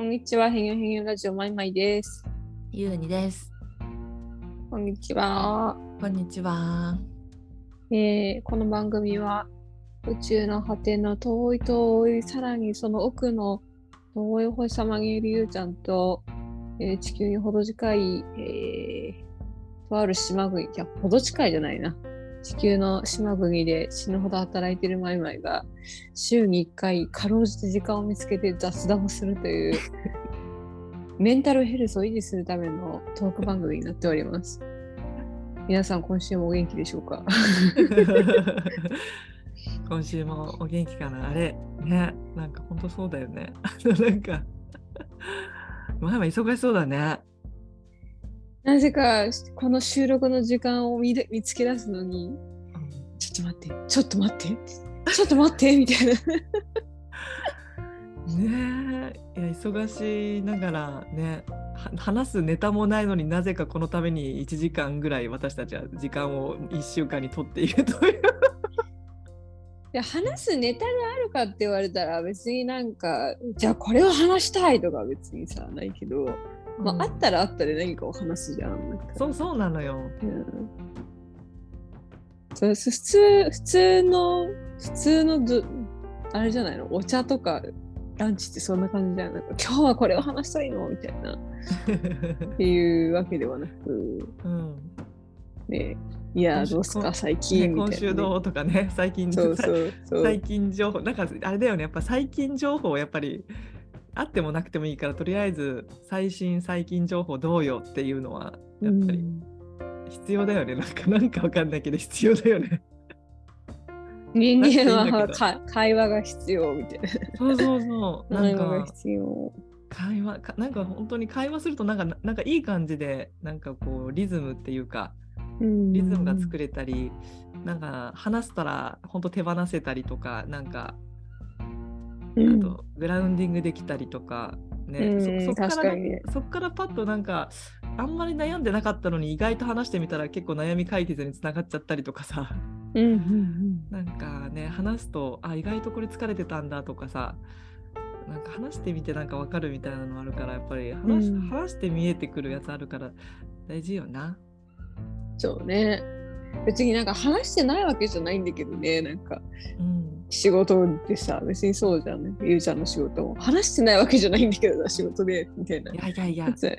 こんにちは、へんよへんよラジオマイマイです。 ゆうにです。 こんにちは。 こんにちは。 この番組は宇宙の果ての遠い遠い、さらにその奥の遠い星様にいるゆうちゃんと、地球にほど近い、とある島国、いや、ほど近いじゃないな。地球の島国で死ぬほど働いているマイマイが週に1回かろうじて時間を見つけて雑談をするというメンタルヘルスを維持するためのトーク番組になっております。皆さん今週もお元気でしょうか？ 今週もお元気かな。あれね、なんか本当そうだよね。なんか前は忙しそうだね。 なぜかこの収録の時間を見つけ出すのに、ちょっと待ってちょっと待ってちょっと待ってみたいなねえ、いや忙しながらね、話すネタもないのになぜかこのために1時間ぐらい私たちは時間を1週間に取っているという。 いや、話すネタがあるかって言われたら別になんかじゃあこれを話したいとか別にさないけど、まあ、あったらあったで何かを話すじゃん。 そうなのよ。 そう普通のあれじゃないの、お茶とかランチってそんな感じじゃん。なんか今日はこれを話したいのみたいなっていうわけではなく、ね、いやどうすか最近みたいな、ね、 今週どうとかね、最近最近情報なんかあれだよね、やっぱ最近情報やっぱりあってもなくてもいいから、とりあえず最近情報どうよっていうのはやっぱり必要だよね。なんかわかんないけど必要だよね。 人間は会話が必要みたいな。 そうなんか必要。 会話なんか本当に会話するとなんかいい感じでなんかこうリズムっていうか、リズムが作れたり、なんか話したら本当手放せたりとか、なんかあとグラウンディングできたりとかね、そっからパッとなんかあんまり悩んでなかったのに意外と話してみたら結構悩み解決につながっちゃったりとかさ、なんかね話すと意外とこれ疲れてたんだとかさ、なんか話してみてなんか分かるみたいなのあるから、やっぱり話して見えてくるやつあるから大事よな。 そうね、別になんか話してないわけじゃないんだけどね、なんか、仕事でさ別にそうじゃんね。ゆうちゃんの仕事も話してないわけじゃないんだけどな、仕事でみたいな。 いやそう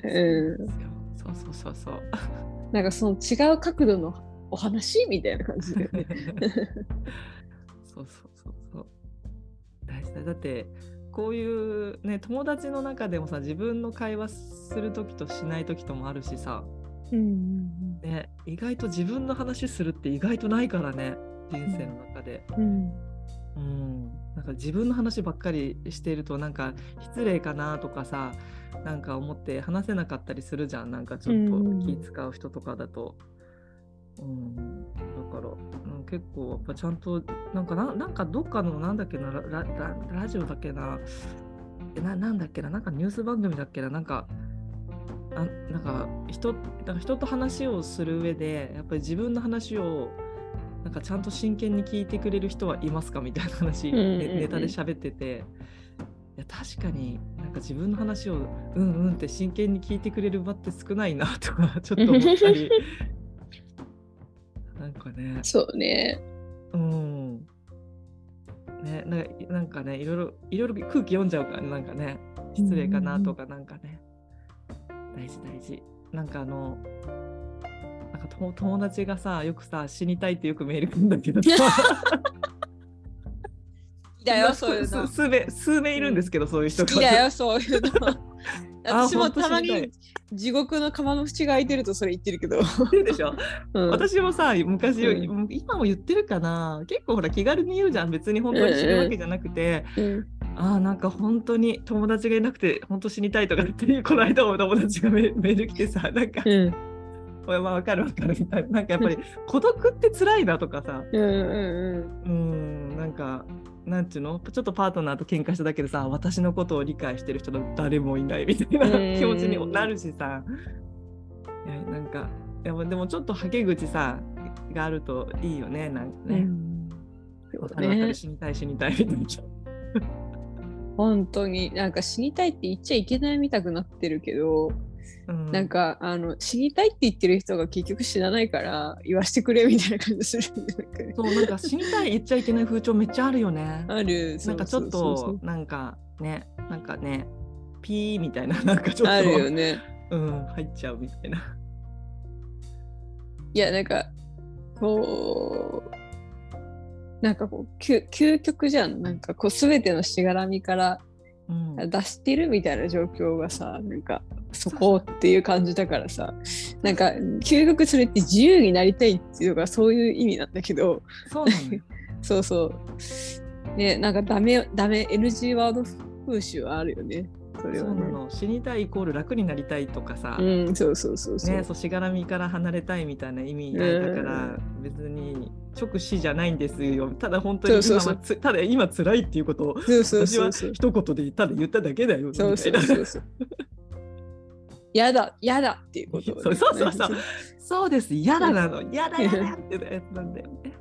なんかその違う角度のお話みたいな感じで、ね、 そう大事だ。だってこういうね、友達の中でもさ、自分の会話する時としない時ともあるしさ、ね、意外と自分の話するって意外とないからね、人生の中で。なんか自分の話ばっかりしているとなんか失礼かなとかさ、なんか思って話せなかったりするじゃん。なんかちょっと気使う人とかだと、だから結構やっぱちゃんとなんかどっかのなんだっけな、ラジオだっけな、なんだっけな、なんかニュース番組だっけな、なんか人と話をする上でやっぱり自分の話をなんかちゃんと真剣に聞いてくれる人はいますかみたいな話、ネタで喋ってて、いや確かになんか自分の話をって真剣に聞いてくれる場って少ないなとかちょっと思ったりなんかね、 そうね、 ね、なんかね、いろいろ空気読んじゃうから、なんかね、失礼かなとか、なんかね、大事。なんか友達がさ、よくさ、死にたいってよくメール来るんだけどさだよそういうの数名いるんですけど、そういう人が好きだよそういうの私もたまに地獄の釜の縁が開いてるとそれ言ってるけどでしょ、私もさ昔、今も言ってるかな、結構ほら気軽に言うじゃん、別に本当に死ぬわけじゃなくて、なんか本当に友達がいなくて本当死にたいとかっていう、この間も友達がメール来てさ、なんか、分かるみたいな、なんかやっぱり孤独って辛いなとかさ、なんかなんていうの、ちょっとパートナーと喧嘩しただけでさ、私のことを理解してる人が誰もいないみたいな気持ちになるしさ、なんかでもちょっとはけ口さがあるといいよね、なんかね。わかる死にたいみたいな。 本当になんか死にたいって言っちゃいけないみたくなってるけど、なんか死にたいって言ってる人が結局死なないから言わしてくれみたいな感じするんだよね。 そうなんか死にたい言っちゃいけない風潮めっちゃあるよね。 ある。 なんかちょっとなんかねピーみたいななんかちょっとあるよね。 入っちゃうみたいな。 いやなんかこうなんかこう究極じゃん。なんかこう全てのしがらみから出してるみたいな状況がさ、なんかそこっていう感じだからさ、なんか究極それって自由になりたいっていうのがそういう意味なんだけど、 そうなのよ。 そうそうね、なんかダメ NG ワード風習はあるよね。それはね。 そうなの。死にたいイコール楽になりたいとかさ、 そうね、そうしがらみから離れたいみたいな意味だから、別に直死じゃないんですよ。ただ本当にただ今辛いっていうことを私は一言でただ言っただけだよみたいな。 やだっていうことを、ね、 そうですやだなのやだってやつなんだよね。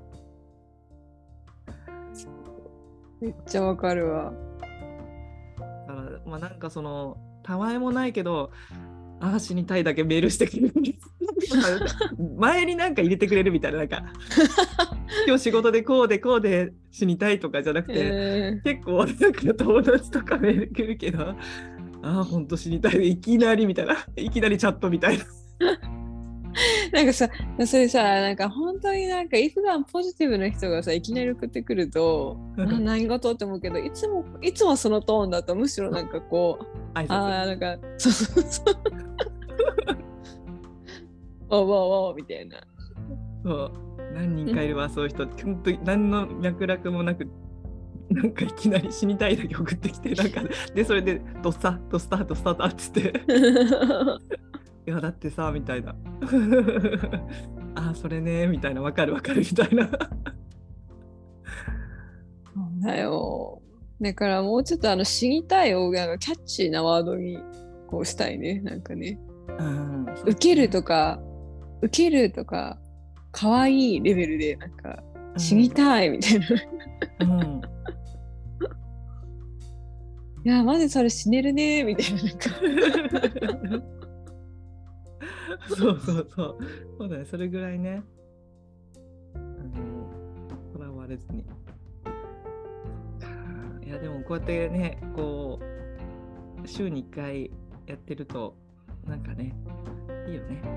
めっちゃわかるわ。 だからまあなんかそのたわいもないけど死にたいだけメールしてくれるんです前になんか入れてくれるみたいな、なんか今日仕事でこうで死にたいとかじゃなくて、結構なんか友達とかメール来るけど本当死にたいいきなりみたいな、いきなりチャットみたいななんかさ、それさ、なんか本当になんか普段ポジティブな人がさいきなり送ってくると何事って思うけど、いつもそのトーンだとむしろなんかこうなんかそうおみたいな。 そう何人かいるわそういう人、本当に何の脈絡もなくなんかいきなり死にたいだけ送ってきて、なんかでそれでドスタートっていやだってさみたいなそれねみたいな、わかるみたいなそうだよ。だからもうちょっと死にたいをなんかキャッチーなワードにこうしたいね。なんかね、受けるとか可愛いレベルでなんか死にたいみたいな、いやマジそれ死ねるねみたいな、なんかそうだね、それぐらいね、とらわれずに。いやでもこうやってね、こう週に1回やってるとなんかねいいよね。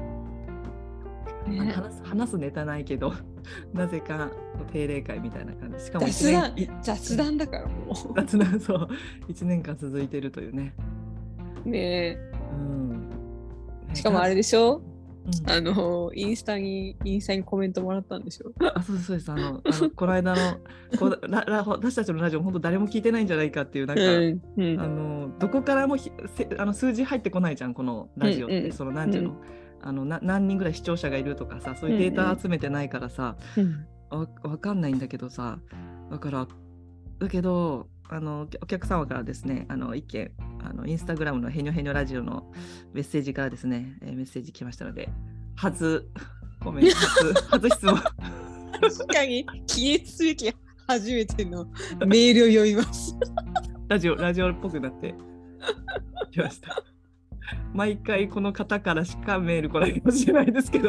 話すネタないけどなぜか定例会みたいな感じ、しかも雑談だからもう雑談、そう1年間続いてるというね。 ねえ、しかもあれでしょ、インスタにコメントもらったんでしょ。 そうです。この間の私たちのラジオ本当誰も聞いてないんじゃないかっていう、なんか、どこからも数字入ってこないじゃんこのラジオって、そのなんていうの、何人ぐらい視聴者がいるとかさ、そういうデータ集めてないからさ、わかんないんだけどさ、だけどお客様からですね、一件インスタグラムのヘニョヘニョラジオのメッセージからですね、メッセージ来ましたので、初コメント初質問確かに記念すべき初めてのメールを読みますラジオっぽくなってきました毎回この方からしかメール来ないかもしれないですけど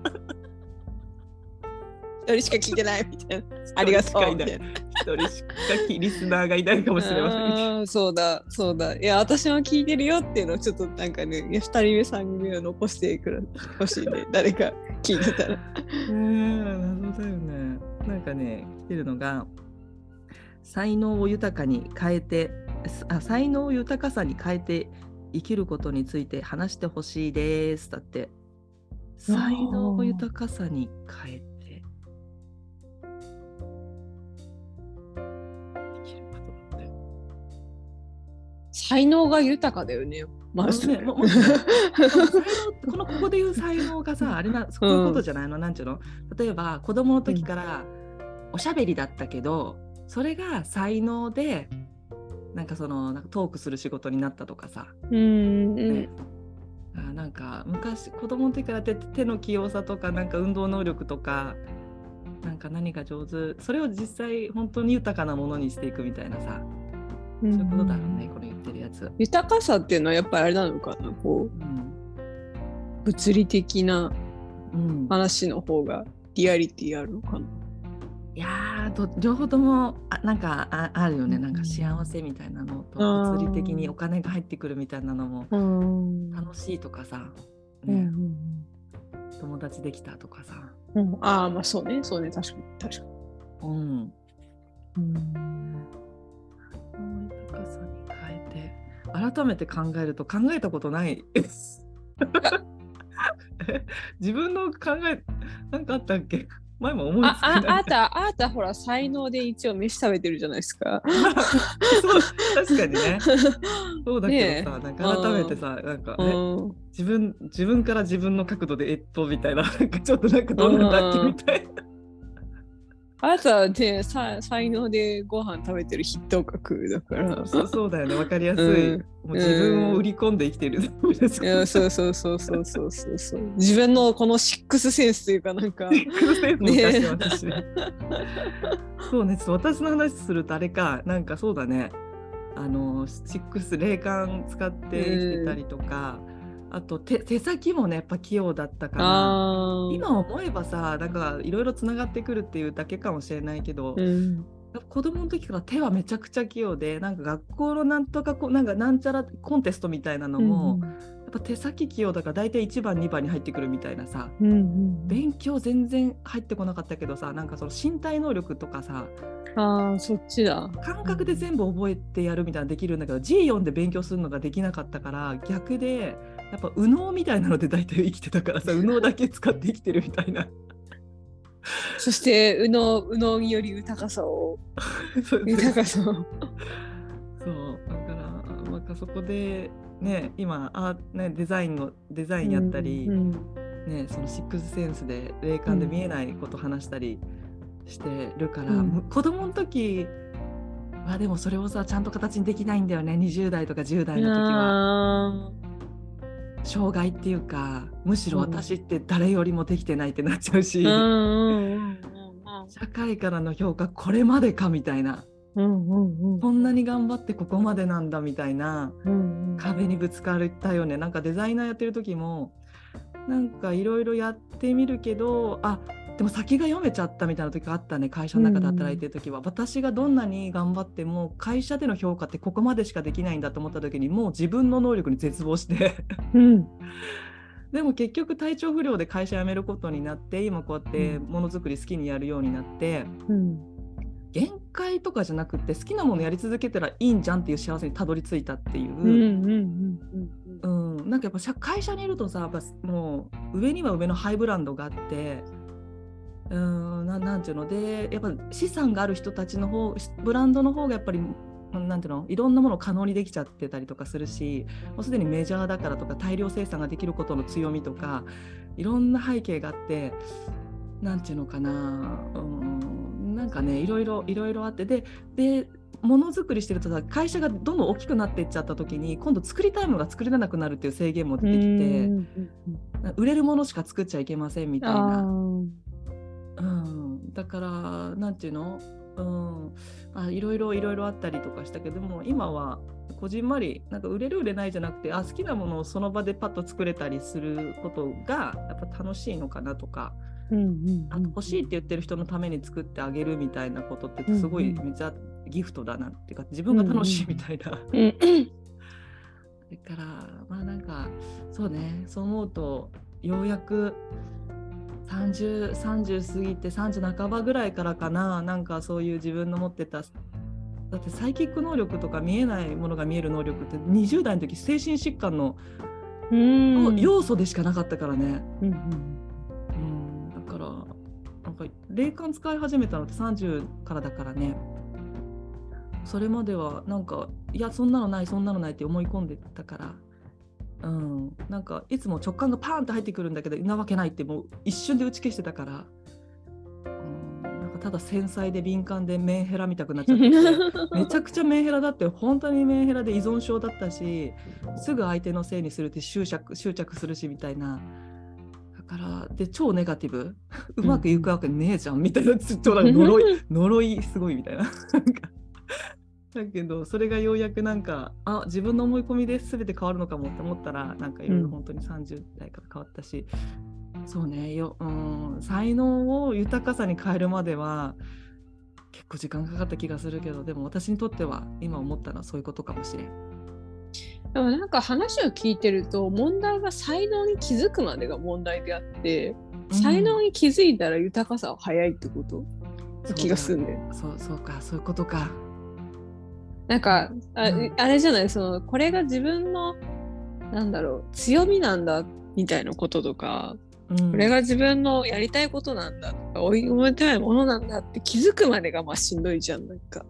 一人しか聞いてないみたいな、ありがとうみたいな、 一人しかリスナーがいないかもしれません。 そうだ、いや私も聞いてるよっていうのをちょっとなんかね、2人目3人目を残してほしいね誰か聞いてたら謎だよね。なんかね来てるのが、才能を豊かさに変えて生きることについて話してほしいです。だって才能を豊かさに変えて生きることだって、 才能が豊かだよね。まあね、 ここで言う才能がさ、あれそういうことじゃないの、なんちゅうの、例えば子供の時からおしゃべりだったけど、それが才能でなんかなんかトークする仕事になったとかさ、なんか昔子供の時から手の器用さとか、なんか運動能力とか、なんか何が上手、それを実際本当に豊かなものにしていくみたいなさ、 そういうことだろうね、これ言ってるやつ。 豊かさっていうのはやっぱりあれなのかな、こう、物理的な話の方がリアリティあるのかな。 いや両方ともなんかあるよね。なんか幸せみたいなのと物理的にお金が入ってくるみたいなのも楽しいとかさ、ね、友達できたとかさ、 ああまあそうね確かに豊かさに変えて改めて考えると考えたことない自分の考えなんかあったっけ。前も思いつかない。 あなたほら才能で一応飯食べてるじゃないですか。 そう確かにね。そうだけどさ、なんか改めてさ、なんかね、自分から自分の角度でみたいな、なんかちょっとなんかどうなんだっけみたいな。 あなたはね才能でご飯食べてる筆頭格だから。 そうだよね、わかりやすい。もう自分を売り込んで生きてる。 そう。自分のこのシックスセンスというかなんか。 シックスセンスも出して私ね。そうね、ちょっと私の話するとあれか、なんかそうだね。シックス霊感使って生きてたりとか。あと手先もねやっぱ器用だったから今思えばさなんかいろいろつながってくるっていうだけかもしれないけど、子供の時から手はめちゃくちゃ器用でなんか学校のなんとかなんちゃらコンテストみたいなのも、やっぱ手先器用だから大体1番2番に入ってくるみたいなさ、勉強全然入ってこなかったけどさなんかその身体能力とかさそっちだ感覚で全部覚えてやるみたいなのできるんだけど、G 読んで勉強するのができなかったから逆でやっぱ右脳みたいなので大体生きてたからさ右脳だけ使って生きてるみたいなそして右脳により豊かさをそうだからなんかそこでね今デザインやったり、ね、そのシックスセンスで霊感で見えないこと話したりしてるから、子供の時はでもそれをさちゃんと形にできないんだよね。20代とか10代の時は障害っていうかむしろ私って誰よりもできてないってなっちゃうし、社会からの評価これまでかみたいな、こんなに頑張ってここまでなんだみたいな、壁にぶつかったよね。なんかデザイナーやってる時もなんかいろいろやってみるけどでも先が読めちゃったみたいな時があったね。会社の中で働いてる時は、私がどんなに頑張っても会社での評価ってここまでしかできないんだと思った時にもう自分の能力に絶望してでも結局体調不良で会社辞めることになって今こうやってものづくり好きにやるようになって、限界とかじゃなくて好きなものやり続けたらいいんじゃんっていう幸せにたどり着いたっていう、なんかやっぱ会社にいるとさやっぱもう上には上のハイブランドがあってなんていうのでやっぱ資産がある人たちの方ブランドの方がやっぱりなんていうのいろんなものを可能にできちゃってたりとかするしもうすでにメジャーだからとか大量生産ができることの強みとかいろんな背景があってなんていうのかな、なんかねいろいろあってでものづくりしてるとさ会社がどんどん大きくなっていっちゃった時に今度作りたいものが作れなくなるっていう制限も出てきて売れるものしか作っちゃいけませんみたいな。だからなんていうの、いろいろあったりとかしたけども今はこじんまりなんか売れる売れないじゃなくて好きなものをその場でパッと作れたりすることがやっぱ楽しいのかなとか、あと欲しいって言ってる人のために作ってあげるみたいなことってすごいめっちゃギフトだなっていうか自分が楽しいみたいな、だからなんかそうねそう思うとようやく30過ぎて30半ばぐらいからかななんかそういう自分の持ってただってサイキック能力とか見えないものが見える能力って20代の時精神疾患の要素でしかなかったからね、だからなんか霊感使い始めたのって30からだからねそれまではなんかいやそんなのないって思い込んでたからなんかいつも直感がパーンって入ってくるんだけどなわけないってもう一瞬で打ち消してたから、なんかただ繊細で敏感でメンヘラみたくなっちゃってめちゃくちゃメンヘラだって本当にメンヘラで依存症だったしすぐ相手のせいにするって執着するしみたいなだからで超ネガティブうまくいくわけねえじゃんみたいなちょっと呪いすごいみたいなだけどそれがようやくなんか自分の思い込みで全て変わるのかもって思ったらなんかいろいろ本当に30代から変わったし、そうね才能を豊かさに変えるまでは結構時間かかった気がするけど、でも私にとっては今思ったのはそういうことかもしれん。 でもなんか話を聞いてると問題は才能に気づくまでが問題であって、才能に気づいたら豊かさは早いってこと気がするんで、 そうか、そういうことか。 なんかあれじゃない、これが自分のなんだろう強みなんだみたいなこととか、これが自分のやりたいことなんだとか追い求めたいものなんだって気づくまでがまあしんどいじゃん。なんか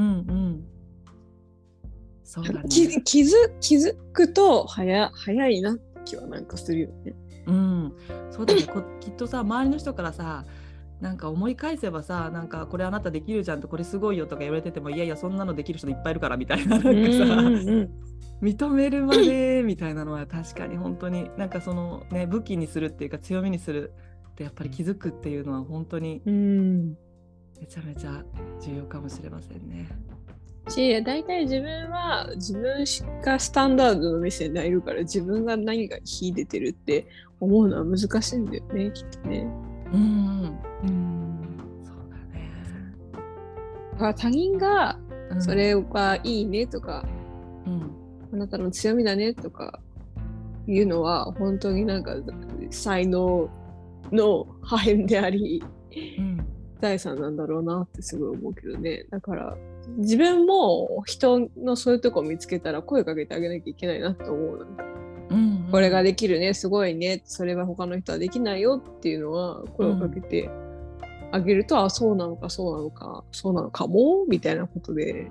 そうだね、 気づくと早いなって気はなんかするよね。 そうだねきっとさ周りの人からさなんか思い返せばさなんかこれあなたできるじゃんとこれすごいよとか言われててもいやいやそんなのできる人いっぱいいるからみたいななんかさ、認めるまでみたいなのは確かに本当になんかそのね武器にするっていうか強みにするってやっぱり気づくっていうのは本当にめちゃめちゃ重要かもしれませんね。 大体自分は自分がスタンダードの目線でいるから自分が何が秀でてるって思うのは難しいんだよねきっとね。 そうだね。 だから他人がそれがいいねとか、あなたの強みだねとかいうのは本当になんか才能の破片であり、財産なんだろうなってすごい思うけどね。だから自分も人のそういうとこ見つけたら声かけてあげなきゃいけないなって思う。なんかこれができるねすごいねそれは他の人はできないよっていうのは声をかけてあげると、そうなのかもみたいなことで、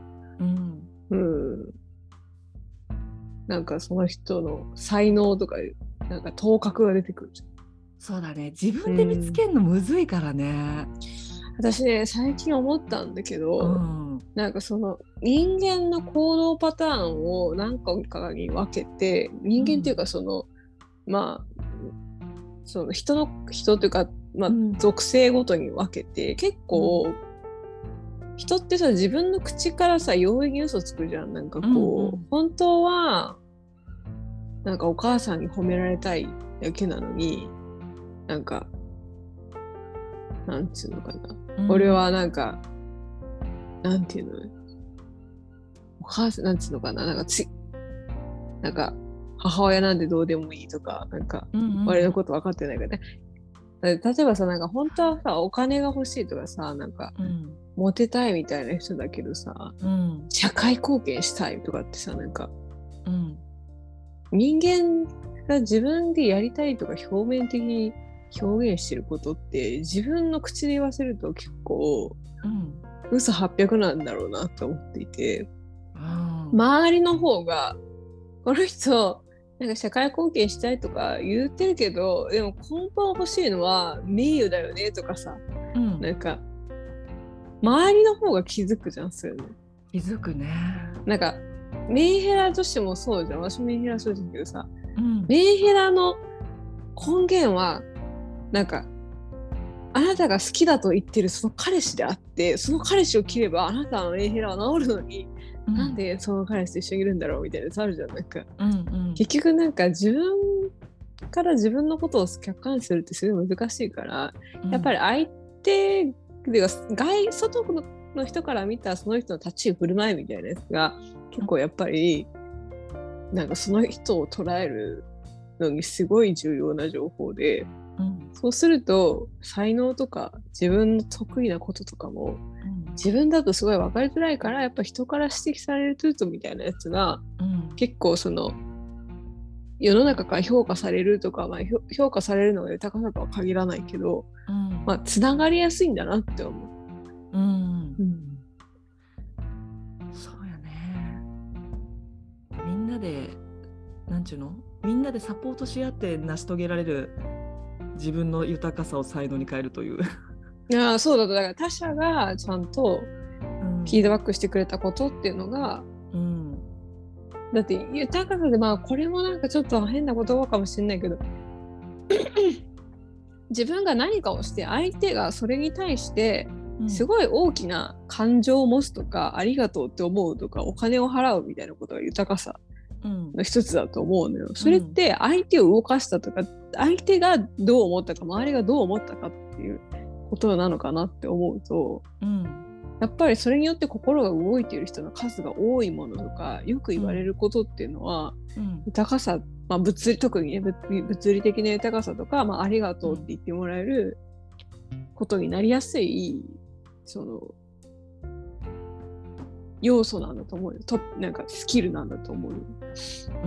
なんかその人の才能とかなんか頭角が出てくる。 そうだね、自分で見つけるのむずいからね。 私ね最近思ったんだけど、なんかその人間の行動パターンを何個かに分けて、人間っていうかまあその人というか、属性ごとに分けて結構、人ってさ自分の口からさ容易に嘘つくじゃん。なんかこう、本当はなんかお母さんに褒められたいだけなのになんかなんつうのかな、俺はなんかなんていうのお母さんなんつうのかな、なんか母親なんてどうでもいいとかなんか、俺のこと分かってないからね。例えばさなんか本当はさお金が欲しいとかさなんか、モテたいみたいな人だけどさ、社会貢献したいとかってさなんか、人間が自分でやりたいとか表面的に表現してることって自分の口で言わせると結構、嘘800なんだろうなと思っていて、周りの方がこの人なんか社会貢献したいとか言ってるけどでも根本欲しいのは名誉だよねとかさ、なんか周りの方が気づくじゃん。そういうの気づくね。 なんかメンヘラ女子もそうじゃん。私メンヘラそうだけどさ、メンヘラの根源はなんかあなたが好きだと言ってるその彼氏であって、その彼氏を切ればあなたのメンヘラは治るのに、なんでその彼氏と一緒にいるんだろうみたいなやつあるじゃん。なんか、結局なんか自分から自分のことを客観視するってすごい難しいから、やっぱり相手で外の人から見たその人の立ち居振る舞いみたいなやつが結構やっぱりなんかその人を捉えるのにすごい重要な情報で、そうすると才能とか自分の得意なこととかも、自分だとすごい分かりづらいからやっぱ人から指摘されるトゥートみたいなやつが、結構その世の中から評価されるとか、評価されるのが豊かさとは限らないけど、つながりやすいんだなって思う。 そうやね。みんなでなんちゅうの、みんなでサポートし合って成し遂げられる自分の豊かさを才能に変えるという。 いやそうだから他者がちゃんとフィードバックしてくれたことっていうのが、だって豊かさでこれもなんかちょっと変な言葉かもしれないけど自分が何かをして相手がそれに対してすごい大きな感情を持つとか、ありがとうって思うとか、お金を払うみたいなことが豊かさの一つだと思うのよ。それって相手を動かしたとか、相手がどう思ったか、周りがどう思ったかっていうことなのかなって思うと、やっぱりそれによって心が動いている人の数が多いものとか、よく言われることっていうのは、豊かさ、特にね、物理的な豊かさとか、ありがとうって言ってもらえることになりやすい、その要素なんだと思うよ。なんかスキルなんだと思うよ。そう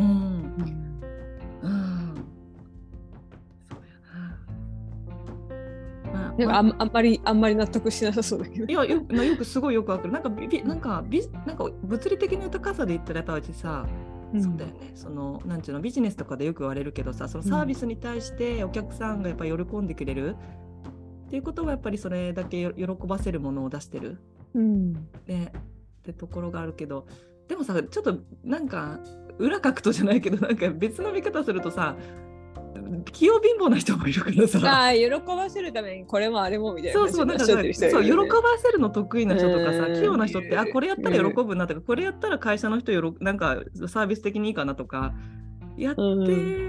やな。なんかあんまり納得しなさそうだけど。 いや、よくすごいよくわかる。なんか物理的な豊かさで言ったらやっぱりさ、そうだよね。そのなんていうの、ビジネスとかでよく言われるけどさ、そのサービスに対してお客さんがやっぱり喜んでくれるっていうことはやっぱりそれだけ喜ばせるものを出してる、ね、ってところがあるけど、でもさ、ちょっとなんか裏書くとじゃないけど、なんか別の見方するとさ、器用貧乏な人もいるからさ、 喜ばせるためにこれもあれもみたいな、 そうなんかそう喜ばせるの得意な人とかさ、器用な人ってこれやったら喜ぶなとか、これやったら会社の人なんかサービス的にいいかなとかやって、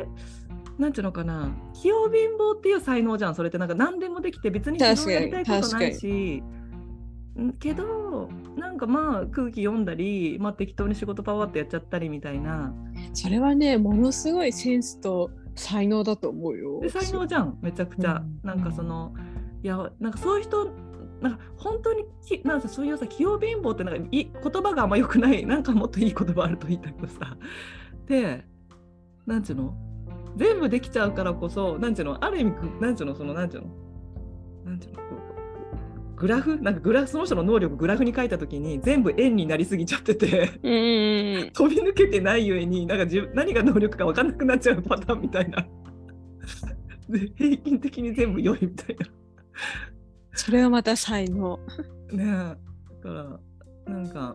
なんていうのかな、器用貧乏っていう才能じゃん。それってなんか何でもできて別に自分やりたいことないし、けどなんか空気読んだり、適当に仕事パワーってやっちゃったりみたいな。 それはね、ものすごいセンスと才能だと思うよ。 才能じゃん、めちゃくちゃ。なんかそのいや、なんかそういう人、なんか本当になんかそういうさ、器用貧乏ってなんか言葉があんま良くない、なんかもっといい言葉あるといいんだけどさ。で、なんていうの、全部できちゃうからこそ、なんていうの、ある意味、なんていうの、そのなんていうの、グラフ、その人の能力グラフに書いたときに全部円になりすぎちゃってて、飛び抜けてないゆえになんか何が能力か分かんなくなっちゃうパターンみたいな。で、平均的に全部良いみたいな。 それはまた才能。 ねえ、だからなんか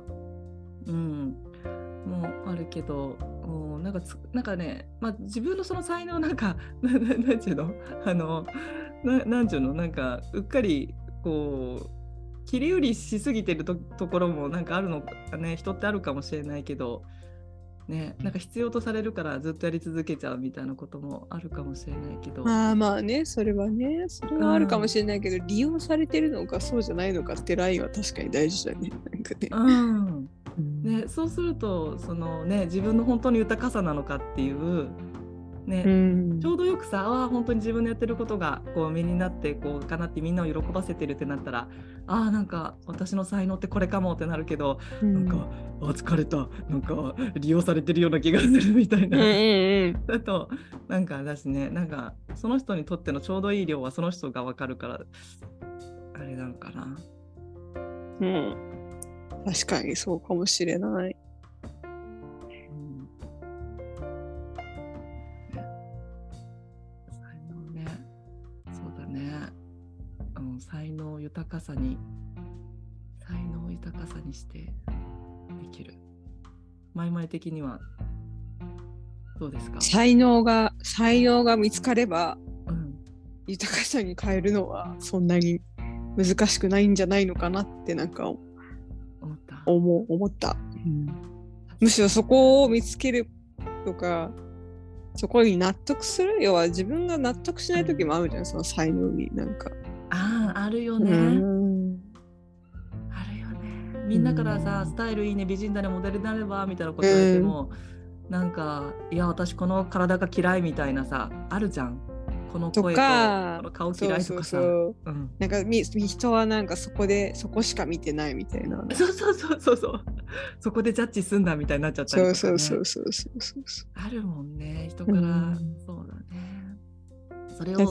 もうあるけど、なんかね、自分のその才能なんかなんていうの、なんていうの、なんかうっかりこう切り売りしすぎてるところもなんかあるのかね、人ってあるかもしれないけどね、なんか必要とされるからずっとやり続けちゃうみたいなこともあるかもしれないけど、 ね、それはあるかもしれないけど、利用されてるのかそうじゃないのかってラインは確かに大事だね。なんかね、ね、そうするとそのね、自分の本当に豊かさなのかっていうね、ちょうどよくさ、本当に自分のやってることがこう身になってこうかなってみんなを喜ばせてるってなったら、なんか私の才能ってこれかもってなるけど、なんか疲れた、なんか利用されてるような気がするみたいな、だとなんかだしね、なんかその人にとってのちょうどいい量はその人が分かるからあれなのかな。 確かにそうかもしれない。 才能を豊かさにしてできる。マイマイ的にはどうですか？ 才能が見つかれば、豊かさに変えるのはそんなに難しくないんじゃないのかなってなんか思った、むしろそこを見つけるとか、そこに納得する、要は自分が納得しない時もあるじゃん、その才能になんか。 あるよね。あるよね。みんなからさ、スタイルいいね、美人だね、モデルになればみたいなこと言われても、なんかいや私この体が嫌いみたいなさ、あるじゃん。この声とこの顔嫌いとかさ、 なんか人はなんかそこしか見てないみたいな、 そうそこでジャッジすんだみたいになっちゃったりとかね。そうあるもんね、人から、そうだね。それを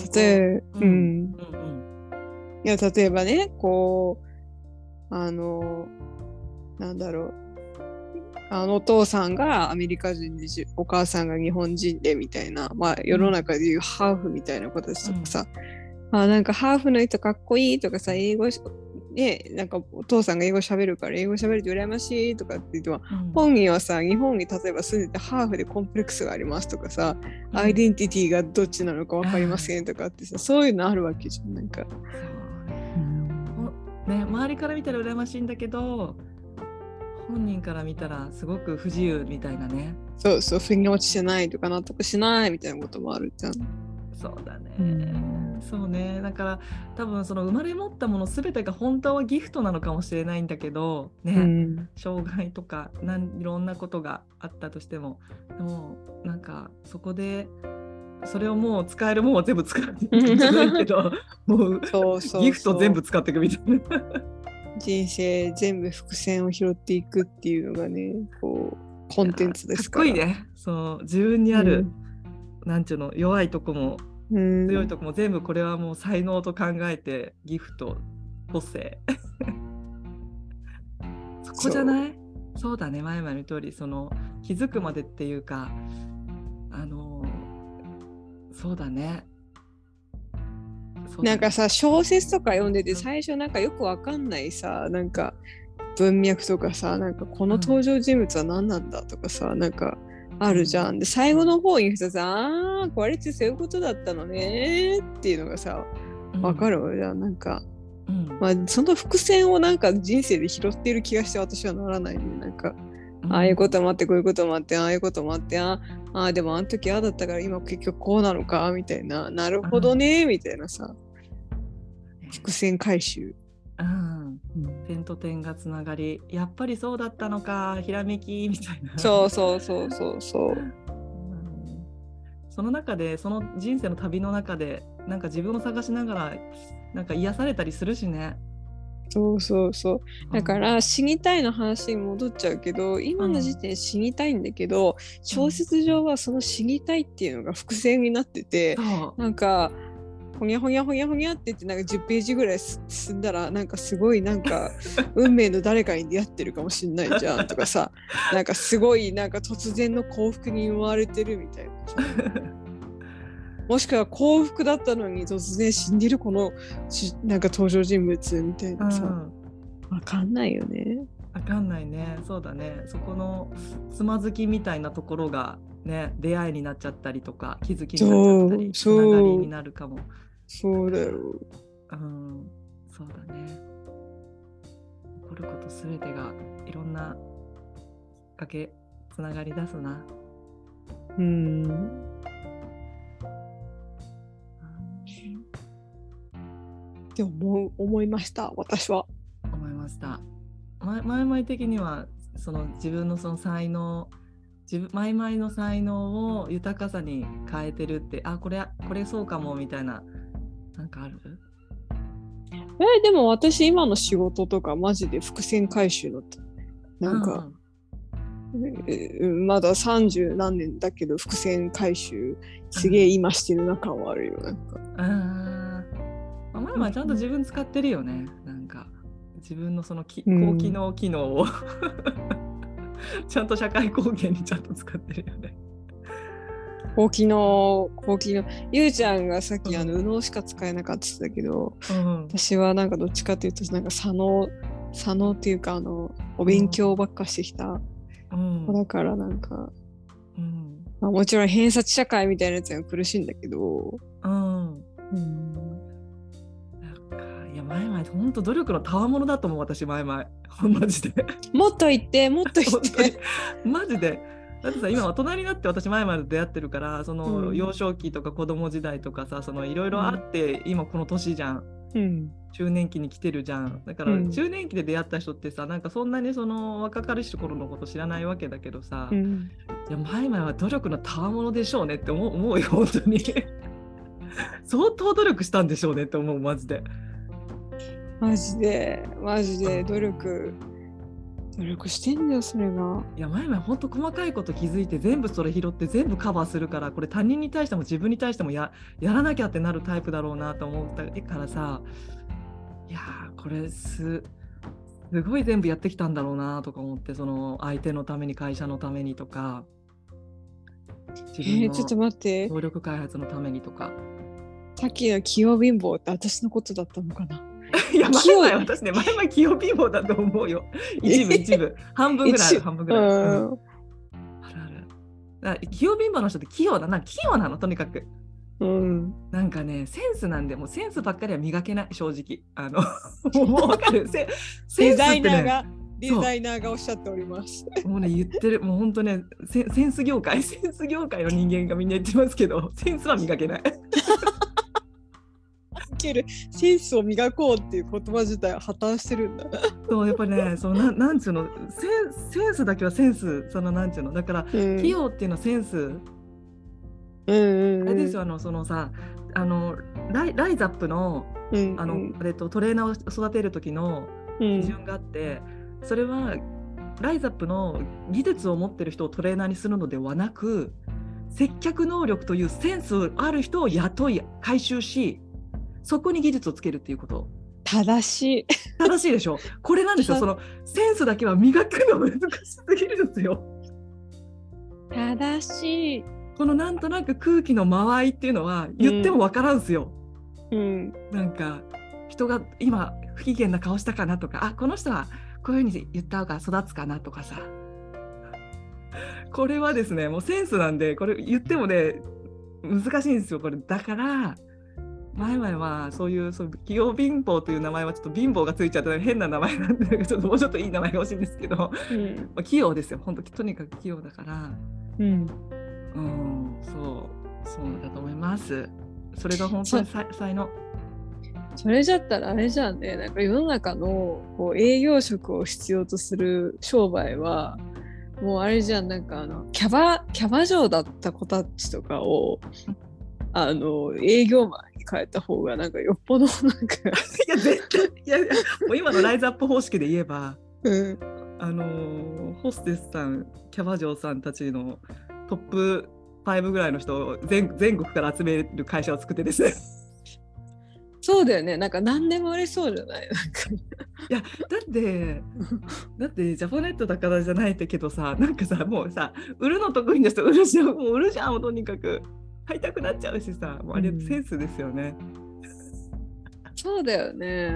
いや、例えばね、こうなんだろう、お父さんがアメリカ人でお母さんが日本人でみたいな、世の中でいうハーフみたいな子たちとかさ、なんかハーフの人かっこいいとかさ、英語ね、なんかお父さんが英語喋るから英語喋ると羨ましいとかって言っても、本人はさ、日本に例えば住んでてハーフでコンプレックスがありますとかさ、アイデンティティがどっちなのか分かりませんとかってさ、そういうのあるわけじゃん。なんかね、周りから見たら羨ましいんだけど、本人から見たらすごく不自由みたいなね。 そうそう、腑に落ちてないとか納得しないみたいなこともあるじゃん。 そうだね、そうね。だから多分その生まれ持ったもの全てが本当はギフトなのかもしれないんだけどね、障害とかいろんなことがあったとしても、でもなんかそこでそれをもう使えるものは全部使っていくんじゃないけどもうギフト全部使っていくみたいな人生全部伏線を拾っていくっていうのがね、こうコンテンツですから。 かっこいいね。そう自分にある、なんちゅうの、弱いとこも強いとこも全部これはもう才能と考えてギフト、個性そこじゃない？そうだね、前々の通りその気づくまでっていうか、そうだね。 なんかさ、小説とか読んでて最初なんかよくわかんないさ、なんか文脈とかさ、なんかこの登場人物は何なんだとかさ、なんかあるじゃん。で最後の方にさ、あーこれってそういうことだったのねっていうのがさ、わかるわじゃん。なんか、まあその伏線をなんか人生で拾っている気がして私はならないね。なんか、ああいうこともあってこういうこともあってああいうこともあってああでもあの時ああだったから今結局こうなのかみたいな、なるほどねみたいなさ、伏線回収。 点と点がつながり、やっぱりそうだったのか、ひらめきみたいな。 そうその中で、その人生の旅の中でなんか自分を探しながらなんか癒されたりするしね。 そうだから死にたいの話に戻っちゃうけど、今の時点で死にたいんだけど、小説上はその死にたいっていうのが伏線になってて、なんかほにゃほにゃほにゃほにゃって言ってなんか10ページぐらい進んだらなんかすごいなんか運命の誰かに出会ってるかもしんないじゃんとかさ、なんかすごいなんか突然の幸福に生まれてるみたいなもしくは幸福だったのに突然死んでるこのなんか登場人物みたいなさ、わかんないよね。 わかんないね。そうだね。そこのつまずきみたいなところがね、出会いになっちゃったりとか気づきになっちゃったりつながりになるかも。 そうだよ。 そうだね。起こることすべてがいろんなきっかけつながり出すな。 って思いました私は。 思いました。前々的にはその自分のその才能、前々の才能を豊かさに変えてるって、これそうかもみたいな、なんかある？ でも私今の仕事とかマジで伏線回収のなんか、まだ30何年だけど伏線回収すげえ今してる中はあるよ。なんかまあちゃんと自分使ってるよね。なんか自分のその高機能機能をちゃんと社会貢献にちゃんと使ってるよね。 高機能ゆうちゃんがさっき右脳しか使えなかったって言ってたけど、私はなんかどっちかっていうとなんか左脳っていうかお勉強ばっかしてきた、だからなんか、まあ、もちろん偏差値社会みたいなやつには苦しいんだけど、 いや前々本当努力の賜物だと思う。私前々マジでもっと言ってマジで。だってさ、今大人になって私前々出会ってるから、その幼少期とか子供時代とかさ、そのいろいろあって今この年じゃん、中年期に来てるじゃん。だから中年期で出会った人ってさ、なんかそんなにその若かりし頃のこと知らないわけだけどさ、いや前々は努力の賜物でしょうねって思うよ本当に相当努力したんでしょうねって思う。マジで努力してんだよそれが。いや前々本当細かいこと気づいて全部それ拾って全部カバーするから、これ他人に対しても自分に対してもやらなきゃってなるタイプだろうなと思ったからさ、いやこれすごい全部やってきたんだろうなとか思って、その相手のために会社のためにとか自分のちょっと待って能力開発のためにとか。 さっきの器用貧乏って私のことだったのかな。 いや私ね前々器用貧乏だと思うよ。一部半分ぐらいある。半分ぐらいある。器用貧乏の人って器用なのとにかくうん、 なんかね、センスなんで、もうセンスばっかりは磨けない、正直。もう分かる。センデザスってね、 イナーが、デザそイナーがおっしゃっております。 う、もうね、言ってる、もう本当ね、センス業界、センス業界の人間がみんな言ってますけど、センスは磨けない。 けるセンスを磨こうっていう言葉自体は破綻してるんだ。 そう、やっぱりね、なんつうの、センスだけはセンス、なんつうの、だから、 うん、 器用っていうのはセンス、 うんうんあれですよ、そのさ、あのライザップの、 うんトレーナーを育てる時のうん基準があって、それはライザップの技術を持ってる人をトレーナーにするのではなく、接客能力というセンスある人を雇い回収し、そこに技術をつけるっていうこと。 正しい。 正しいでしょ。これなんですよ。そのセンスだけは磨くの難しすぎるんですよ。 正しい。 このなんとなく空気の間合いっていうのは言っても分からんすよ。 うん、 なんか人が今不機嫌な顔したかなとか、あ、この人はこういうふうに言った方が育つかなとかさ、これはですね、もうセンスなんで、これ言ってもね難しいんですよ。これだから前々はそう企業貧乏という名前はちょっと貧乏がついちゃって変な名前なんで、ちょっともうちょっといい名前が欲しいんですけど、 うん、 まあ、器用ですよ。本当とにかく器用だから、 うん。 そうだと思います。それが本当に才能。 それじゃったらあれじゃんね、なんか世の中のこう営業職を必要とする商売は、もうあれじゃん、なんかキャバ嬢だった子たちとかを、営業マンに変えた方が、なんかよっぽどなんかいや、絶対、もう今のライズアップ方式で言えば、 うん、 ホステスさん、キャバ嬢さんたちのトップ5ぐらいの人を全国から集める会社を作ってですね。 そうだよね、なんか何でもありそうじゃない？なんかいや、だってジャパネットだからじゃないけどさ、なんかさ、もうさ、売るの得意な人売るじゃん、もう売るじゃん、とにかく買いたくなっちゃうしさ、もうあれセンスですよね。 そうだよね。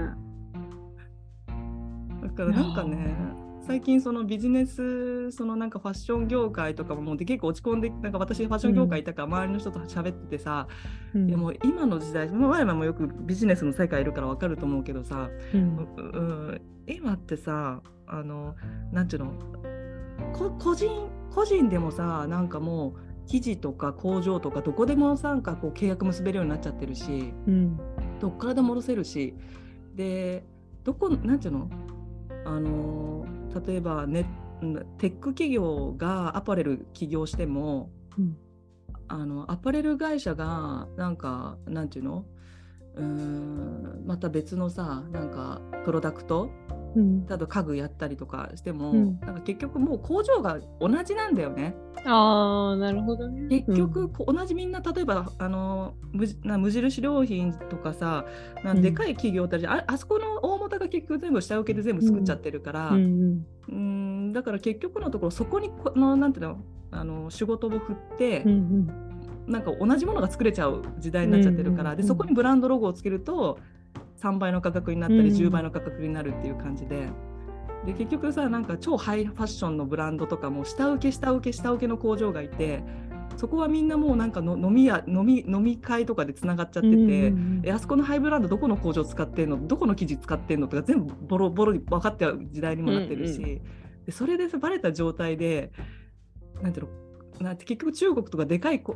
だからなんかね、最近そのビジネス、なんかファッション業界とかもで結構落ち込んで、なんか私ファッション業界いたから周りの人と喋っててさ、いやもう今の時代、前もよくビジネスの世界いるから分かると思うけどさ、今ってさ、なんていうの、個人でもさ、なんかもう記事とか工場とかどこでもなんかこう契約結べるようになっちゃってるし、どっからでも戻せるし、でなんていうの、例えばテック企業がアパレル起業しても、アパレル会社がなんていうの、また別のさ、なんかプロダクト、例えば家具やったりとかしても、なんか結局もう工場が同じなんだよね。 ああ、なるほどね。 結局、同じみんな、例えば無印良品とかさ、でかい企業ってあるじゃん。あそこの大元が結局全部下請けで全部作っちゃってるから、だから結局のところそこになんていうの、仕事を振って、なんか同じものが作れちゃう時代になっちゃってるから、でそこにブランドロゴをつけると3倍の価格になったり10倍の価格になるっていう感じで、で結局さ、なんか超ハイファッションのブランドとかも下請けの工場がいて、そこはみんなもうなんか飲み会とかでつながっちゃってて、あそこのハイブランドどこの工場使ってんの、どこの生地使ってんのとか全部ボロボロ分かってる時代にもなってるし、でそれでバレた状態でなんていうの、結局中国とかでかい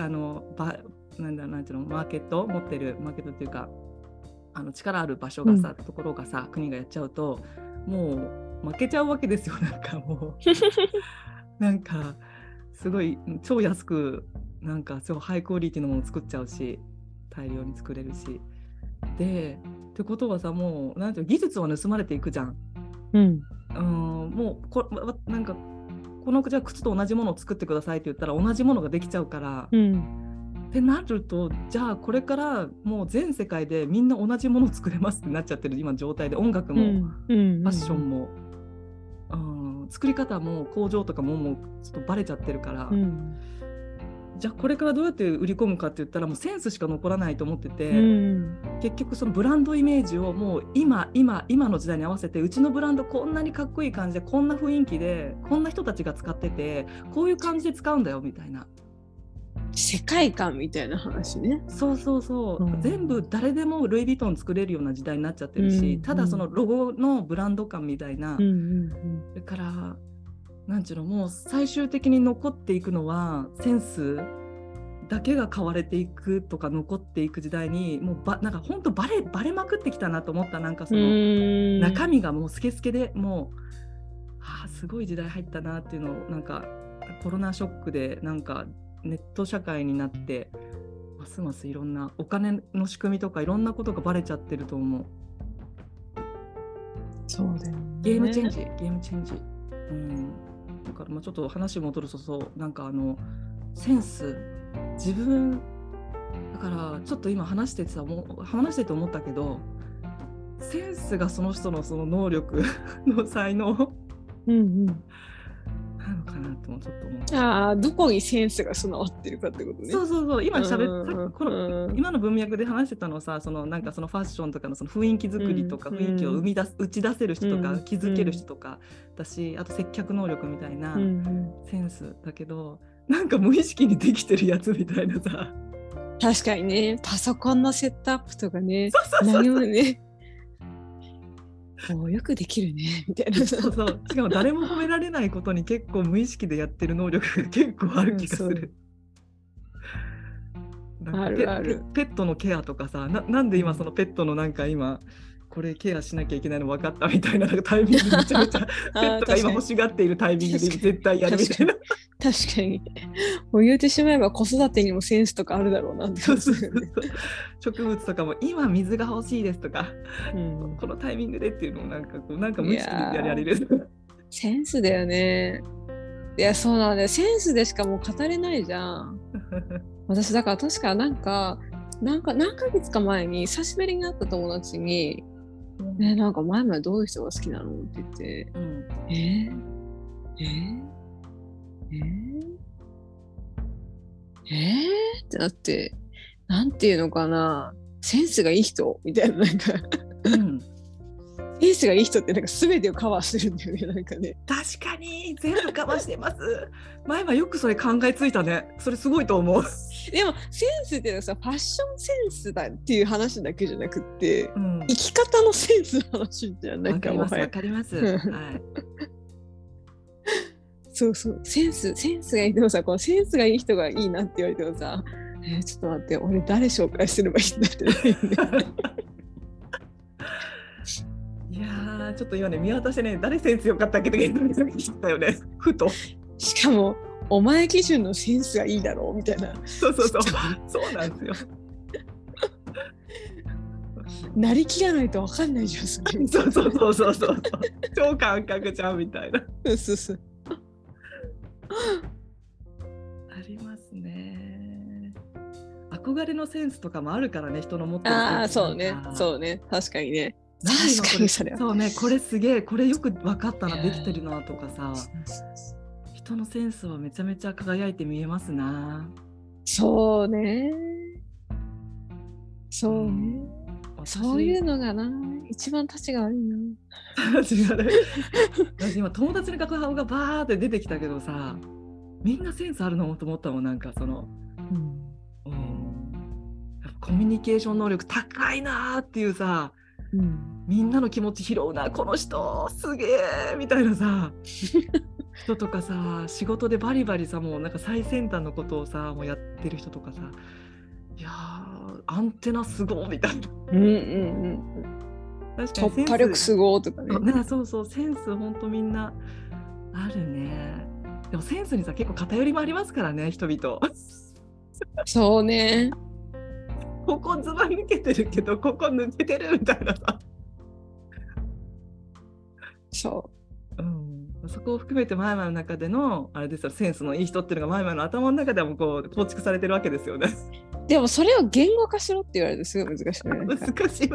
なんていうの、マーケット持ってるマーケットっていうか、力ある場所がさ、ところがさ、国がやっちゃうともう負けちゃうわけですよ。なんかもうなんかすごい超安くなんか超ハイクオリティのものを作っちゃうし、大量に作れるし、でってことはさ、もうなんていうの、技術は盗まれていくじゃん。もうなんかじゃあ靴と同じものを作ってくださいって言ったら同じものができちゃうから、ってなると、じゃあこれからもう全世界でみんな同じものを作れますってなっちゃってる今状態で、音楽もファッションも、作り方も工場とかもうちょっとバレちゃってるから、じゃあこれからどうやって売り込むかって言ったらもうセンスしか残らないと思ってて、結局そのブランドイメージをもう今の時代に合わせて、うちのブランドこんなにかっこいい感じで、こんな雰囲気で、こんな人たちが使ってて、こういう感じで使うんだよみたいな。 世界観みたいな話ね。 そうそうそう、全部誰でもルイ・ヴィトン作れるような時代になっちゃってるし、ただそのロゴのブランド感みたいな、だからなんちゅうの、もう最終的に残っていくのはセンスだけが買われていくとか残っていく時代にもうなんか本当バレまくってきたなと思った。なんかその中身がもうスケスケでもう、すごい時代入ったなっていうのを、なんかコロナショックでなんかネット社会になってますますいろんなお金の仕組みとかいろんなことがバレちゃってると思う。 そうだよね。 ゲームチェンジ、だからまあちょっと話戻ると、そうなんかセンス、自分だからちょっと今話してて思ったけど、センスがその人のその能力の才能なのかなともちょっと思って。 どこにセンスが備わってるかってことね。 そう今今の文脈で話してたのはさ、そのなんかそのファッションとかのその雰囲気作りとか、雰囲気を打ち出せる人とか、気づける人とかだし、あと接客能力みたいなセンスだけど、なんか無意識にできてるやつみたいなさ。 確かにね、パソコンのセットアップとかね、何もね、よくできるねみたいな。 そうしかも誰も褒められないことに結構無意識でやってる能力が結構ある気がする。 あるある。 ペットのケアとかさ、なんで今そのペットのなんか今これケアしなきゃいけないの分かったみたいなタイミングでめちゃめちゃペットが今欲しがっているタイミングで絶対やるみたいな。 確かに。もう言うてしまえば子育てにもセンスとかあるだろうなって感じだよね。 植物とかも今水が欲しいですとか、このタイミングでっていうのをなんか無意識でやられる。 センスだよね。いや、そうなんだよ。センスでしかもう語れないじゃん。私だから確かなんか何ヶ月か前に久しぶりに会った友達に、なんか前々どういう人が好きなのって言って、ってなって、なんていうのかな、センスがいい人みたいな、なんか、センスがいい人ってなんか全てをカバーしてるんだよね、なんかね。 確かに全部カバーしてます。前はよくそれ考えついたね。それすごいと思う。 でもセンスっていうのはさ、ファッションセンスだっていう話だけじゃなくって、生き方のセンスの話じゃないかも。 わかります。はい。 そうセンスがいい。でもさ、このセンスがいい人がいいなって言われてもさ、ちょっと待って、俺誰紹介すればいいんだってね。 いやちょっと今ね見渡してね、誰センス良かったっけって言ったよね、ふと。 しかもお前基準のセンスがいいだろうみたいな。 そうなんですよ。 なりきらないと分かんないじゃん。 そう超感覚ちゃうみたいな。 そうありますね。憧れのセンスとかもあるからね、人の持ってるセンス。そうね確かにね。確かにそれは。 そうね、これすげえ、これよく分かったな、できてるなとかさ、人のセンスはめちゃめちゃ輝いて見えますな。 そうね。そういうのがな、一番たちが悪いな。 私今友達の顔がバーって出てきたけどさ、みんなセンスあるのと思ったもん。なんかその、コミュニケーション能力高いなっていうさ、みんなの気持ち拾うな、この人すげえみたいなさ人とかさ、仕事でバリバリさ、もうなんか最先端のことをさもうやってる人とかさ、いやアンテナすごいみたいな。確かに突破力すごいとかね。 そうセンスほんとみんなあるね。でもセンスにさ結構偏りもありますからね、人々。 そうね。 ここズバ抜けてるけどここ抜けてるみたいなさ。 そこを含めてマイマイの中でのあれですよ、センスのいい人っていうのがマイマイの頭の中でもこう構築されてるわけですよね。 でもそれを言語化しろって言われるとすごい難しいね。 難しい。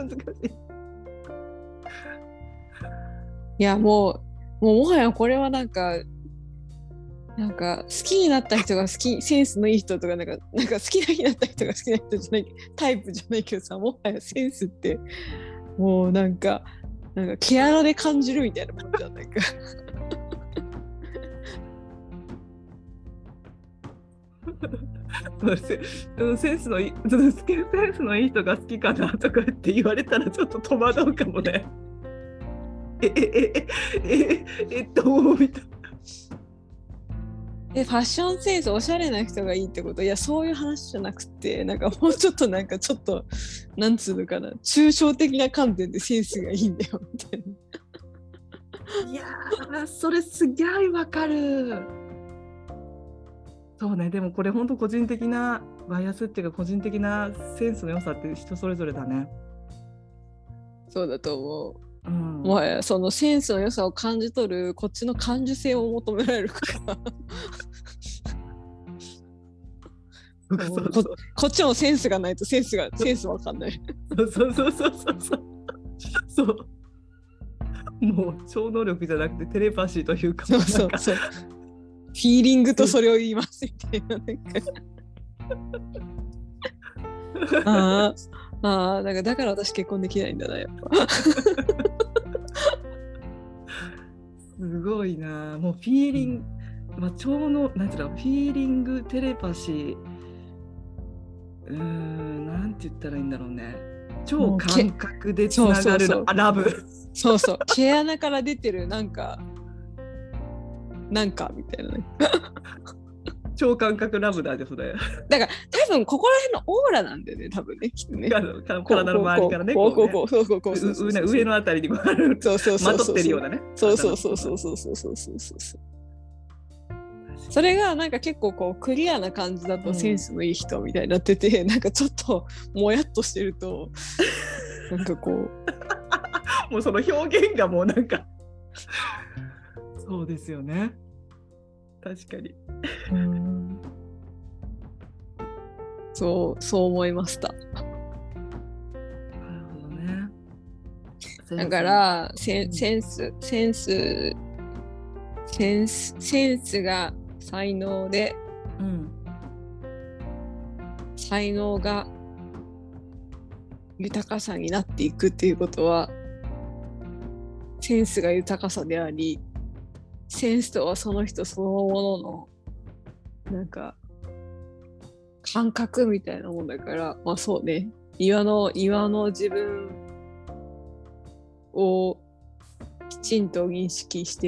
いやもはやこれはなんか好きになった人がセンスのいい人とかなんか好きになった人が好きな人じゃないタイプじゃないけどさ、もはやセンスってもうなんか毛穴で感じるみたいなもんじゃん。なんかセンスのいい人が好きかなとかって言われたらちょっと戸惑うかもね。みたいな。 ファッションセンスおしゃれな人がいいってこと？いや、そういう話じゃなくて、なんかもうちょっとなんつうのかな、抽象的な観点でセンスがいいんだよみたいな。 いやー、それすげえわかる。そうね、でもこれ本当個人的なバイアスっていうか個人的なセンスの良さって人それぞれだね。 そうだと思う。 もはやそのセンスの良さを感じ取るこっちの感受性を求められるからこっちもセンスがないとセンスわかんない。 そうもう超能力じゃなくてテレパシーというか、 そうフィーリングとそれを言いますみたいな、なんかだから私結婚できないんだな、やっぱ。 すごいな。もうフィーリング、超のなんていうの、フィーリングテレパシー、なんて言ったらいいんだろうね。超感覚でつながるラブ。 そう毛穴から出てるなんかみたいなね。 超感覚ラブだね、それ。 だから多分ここら辺のオーラなんだよね、多分ね、きっとね。 体の周りからね、上のあたりにまとってるようなね。 そう。それがなんか結構こうクリアな感じだとセンスのいい人みたいになってて、なんかちょっともやっとしてるとなんかこうもうその表現がもうなんかそうですよね。確かに。 そう思いました。 なるほどね。 だからセンスが才能で、才能が豊かさになっていくっていうことは、センスが豊かさであり、センスとはその人そのもののなんか感覚みたいなもんだから、そうね、岩の自分をきちんと認識して、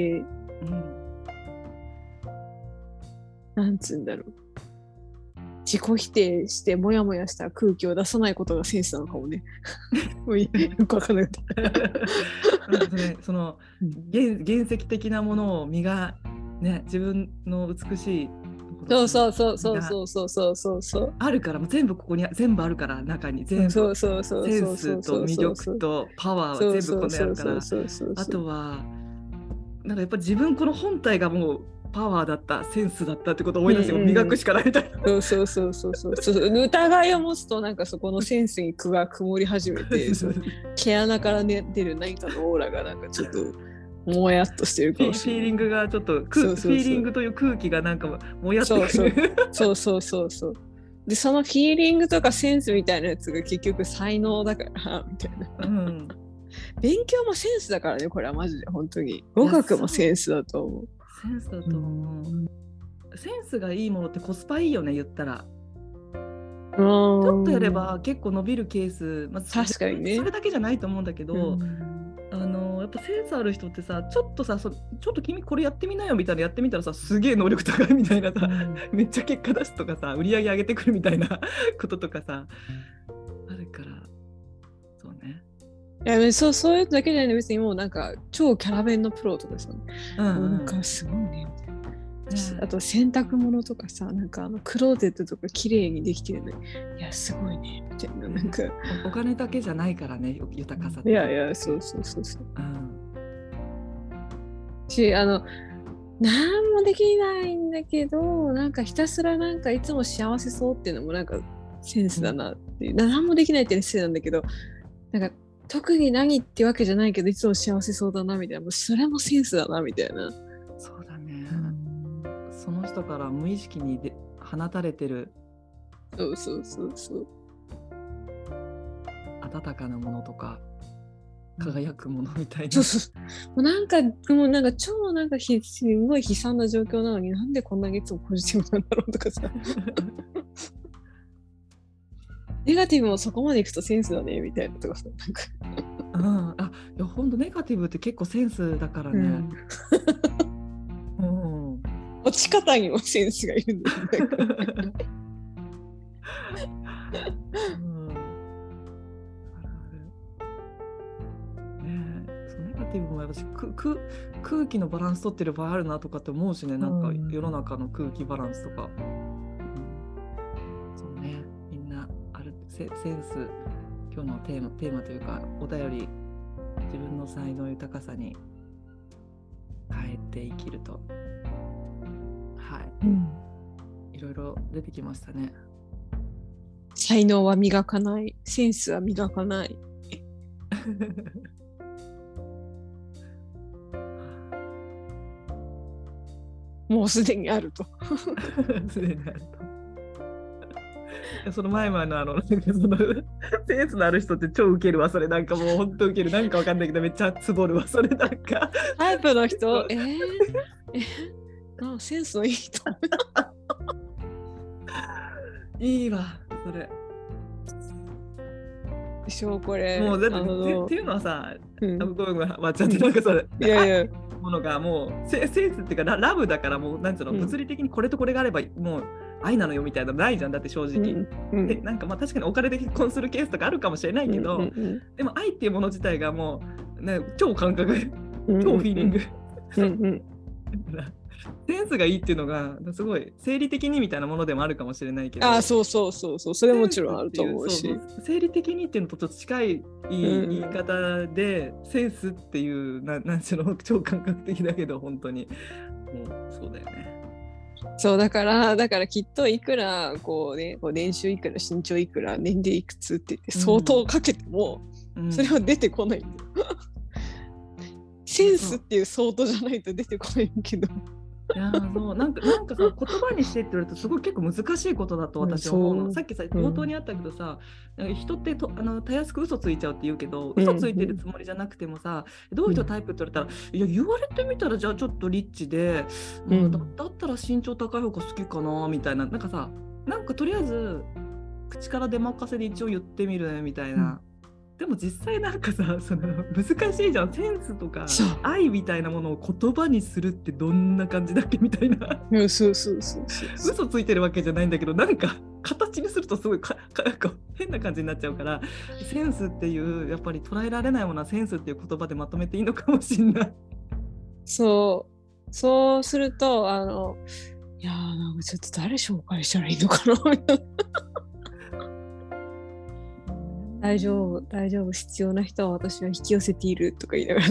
なんつうんだろう、自己否定してモヤモヤした空気を出さないことがセンスなのかもね。よくわかんなかった。 その原石的なものを自分の美しいそうあるから、もう全部ここに全部あるから、中に全部センスと魅力とパワーは全部ここにあるから、あとはなんかやっぱり自分この本体がもうパワーだったセンスだったってことを思い出して磨くしかないみたいな。そう疑いを持つとなんかそこのセンスにが曇り始めて毛穴から出る何かのオーラがなんかちょっともやっとしてるかもしれない。 フィーリングがちょっとフィーリングという空気がなんかもやってくる。 そうでそのフィーリングとかセンスみたいなやつが結局才能だからみたいな、勉強もセンスだからね、これはマジで本当に語学もセンスだと思う。 センスだと思う。センスがいいものってコスパいいよね、言ったら。ちょっとやれば結構伸びるケース、 確かにね。 それだけじゃないと思うんだけど、やっぱセンスある人ってさ、ちょっと君これやってみなよみたいなやってみたらさ、すげえ能力高いみたいなさ、めっちゃ結果出すとかさ、売り上げ上げてくるみたいなこととかさ、あるから、そうね。 いや、そういうだけじゃない、別にもうなんか超キャラ弁のプロとかさ、なんかすごいねみたいな。あと洗濯物とかさ、なんかクローゼットとか綺麗にできてるのに、いやすごいねみたいな、なんかお金だけじゃないからね、豊かさって。 いやそう、し何もできないんだけど、なんかひたすらなんかいつも幸せそうっていうのもなんかセンスだなっていう、何もできないって失礼なんだけど、なんか特に何ってわけじゃないけどいつも幸せそうだなみたいな、もうそれもセンスだなみたいな。 そうだね、その人から無意識に放たれてるそう温かなものとか輝くものみたいな、 もうなんか超なんかすごい悲惨な状況なのに、なんでこんなにいつもポジティブなんだろうとかさネガティブもそこまでいくとセンスだねみたいなとかさ、なんかいやほんとネガティブって結構センスだからね。 落ち方にもセンスがいるんだよね。 ネガティブも私空気のバランス取ってる場合あるなとかって思うしね、なんか世の中の空気バランスとか、そうね、みんなあるセンス、今日のテーマというかお便り、自分の才能豊かさに変えて生きると、はい、いろいろ出てきましたね。 才能は磨かない、センスは磨かない。もうすでにあると。 すでにあると。その前もなんかそのセンスのある人って超ウケるわ、それなんかもう本当ウケる、なんかわかんないけどめっちゃつぼるわ、それなんか。 タイプの人、センスのいい人。 いいわ、それ。 でしょ、これ。 もうだっていうのはさ、ごめん割っちゃって、なんかそれ。 いやものがもうセンスっていうかラブだから、もうなんつうの、物理的にこれとこれがあればもう愛なのよみたいなのないじゃん、だって正直。でなんかまあ確かにお金で結婚するケースとかあるかもしれないけど、でも愛っていうもの自体がもう、ね、超感覚、超フィーリング。センスがいいっていうのがすごい生理的にみたいなものでもあるかもしれないけど、 そうそれもちろんあると思うし、 そう生理的にっていうのとちょっと近い言い方で、センスっていうなんちゅうの、超感覚的だけど本当にもうそうだよね。 そうだからきっといくらこう年収いくら身長いくら年齢いくつって言って相当かけても、それは出てこないんだよ。センスっていう相当じゃないと出てこないけど。 いやそうなんかさ、言葉にしてって言われるとすごい結構難しいことだと私は思うの。さっきさ冒頭にあったけどさ、人ってたやすく嘘ついちゃうって言うけど、嘘ついてるつもりじゃなくてもさ、どういう人タイプって言われたら、いや言われてみたらじゃあちょっとリッチで、だったら身長高い方が好きかなみたいな、なんかさ、なんかとりあえず口から出任せで一応言ってみるねみたいな。でも実際なんかさ、その難しいじゃん。センスとか愛みたいなものを言葉にするってどんな感じだっけみたいな。嘘ついてるわけじゃないんだけど、なんか形にするとすごい変な感じになっちゃうから、センスっていうやっぱり捉えられないものはセンスっていう言葉でまとめていいのかもしれない。 そうするといやなんかちょっと誰紹介したらいいのかなみたいな。大丈夫、必要な人は私は引き寄せているとか言いながら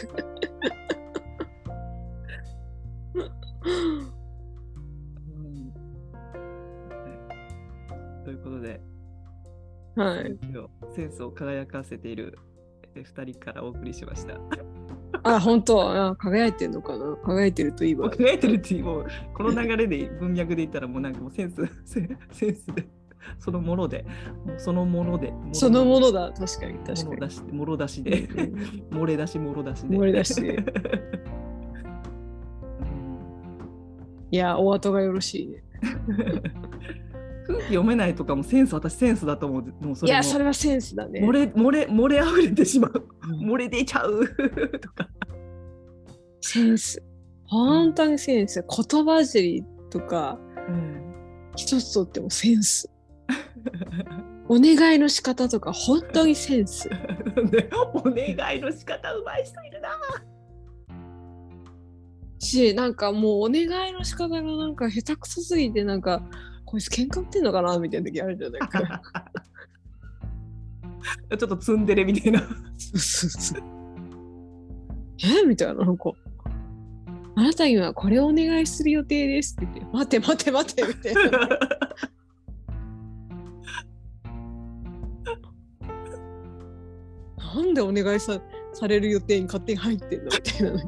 ということで、 はい、 センスを輝かせている2人からお送りしました。 本当輝いてるのかな。輝いてるといいわ。 輝いてるっていう、もうこの流れで文脈で言ったらもうなんかもうセンスでそのものでそのものだ、確かにもろ出しで漏れ出しいやお後がよろしいね。 空気読めないとかも私センスだと思う。もうそれも、 いやそれはセンスだね。 漏れ溢れてしまう、漏れ出ちゃうとか。 センス、本当にセンス。言葉尻とか、一つとってもセンス。お願いの仕方とか本当にセンス。 お願いの仕方うまい人いるな。 なんかもうお願いの仕方がなんか下手くそすぎて、なんかこいつ喧嘩売ってんのかなみたいな時あるじゃないか。 ちょっとツンデレみたいな。 みたいな、なんかあなたにはこれをお願いする予定ですって言って、待てみたいな。なんでお願いされる予定に勝手に入ってんのみたいな。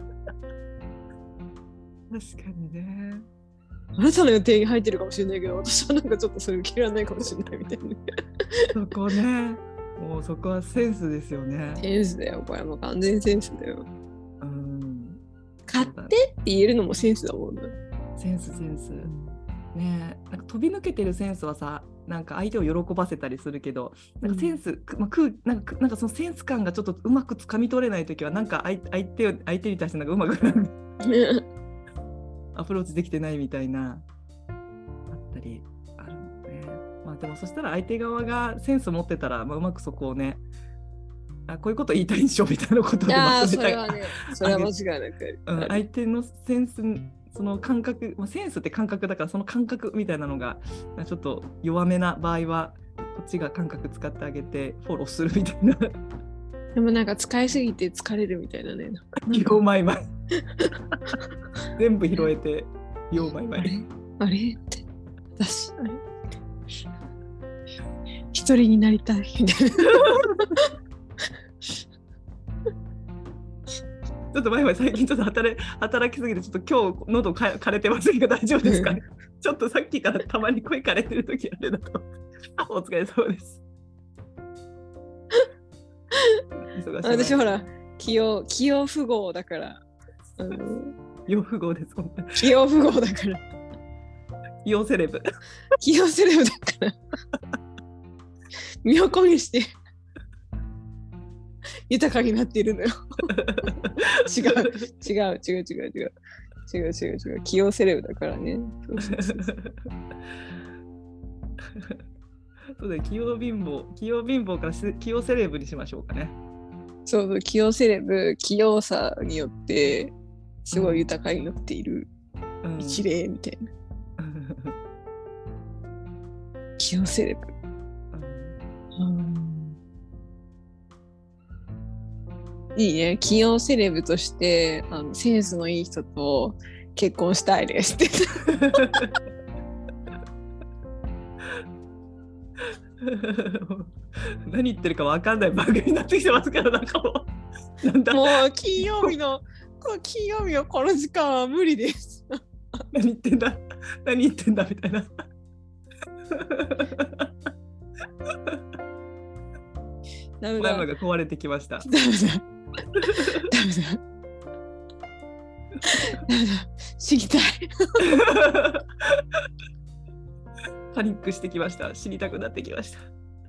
確かにね。 あなたの予定に入ってるかもしれないけど、私はなんかちょっとそれ受けられないかもしれないみたいな。 そこね、もうそこはセンスですよね。 センスだよ、これはもう完全センスだよ。買ってって言えるのもセンスだもんね。 センス。ねえ、なんか飛び抜けてるセンスはさ、 なんか相手を喜ばせたりするけど、なんかセンス、なんかそのセンス感がちょっとうまくつかみ取れないときは、なんか相手に対してなんかうまくアプローチできてないみたいなあったりあるのね。まあでもそしたら相手側がセンス持ってたら、まあ、うまくそこをね、こういうこと言いたいんでしょみたいなことでまとめたそれはね、それは間違いなく、 相手のセンス、その感覚、センスって感覚だから、その感覚みたいなのがちょっと弱めな場合はこっちが感覚使ってあげてフォローするみたいな。 でもなんか使いすぎて疲れるみたいなね。 ようまいまい全部拾えてようまいまいあれって私あれ一人になりたいみたいなちょっと前々最近ちょっと働きすぎてちょっと今日喉枯れてますけど大丈夫ですかねちょっとさっきからたまに声枯れてる時あれだとお疲れ様です私ほら器用富豪だから器用富豪です本当に器用富豪だから器用セレブ器用セレブだから身を粉にして豊かになっているのよ違う器用セレブだからねそうだね、器用貧乏から器用セレブにしましょうかね。 そう器用セレブ、器用さによってすごい豊かになっている一例みたいな、器用セレブ、いいね。器用セレブとしてセンスのいい人と結婚したいですって何言ってるか分かんない番組になってきてますからなんかもうなんだもう金曜日のこの時間は無理です何言ってんだみたいなダメだ。 前々が壊れてきました。 ダメだ知りたいパニックしてきました。知りたくなってきました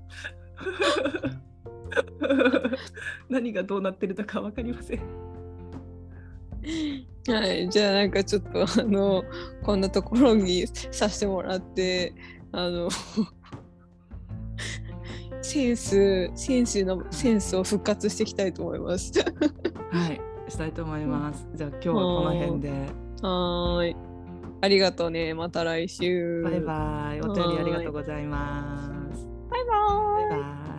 何がどうなってるのか分かりません。 はい、じゃあなんかちょっとこんなところにさせてもらってセンスを復活していきたいと思いますはいしたいと思います。じゃあ今日はこの辺で。 はい。ありがとうね。また来週。 バイバイ。お便りありがとうございます。 バイバイ。 バイバイ。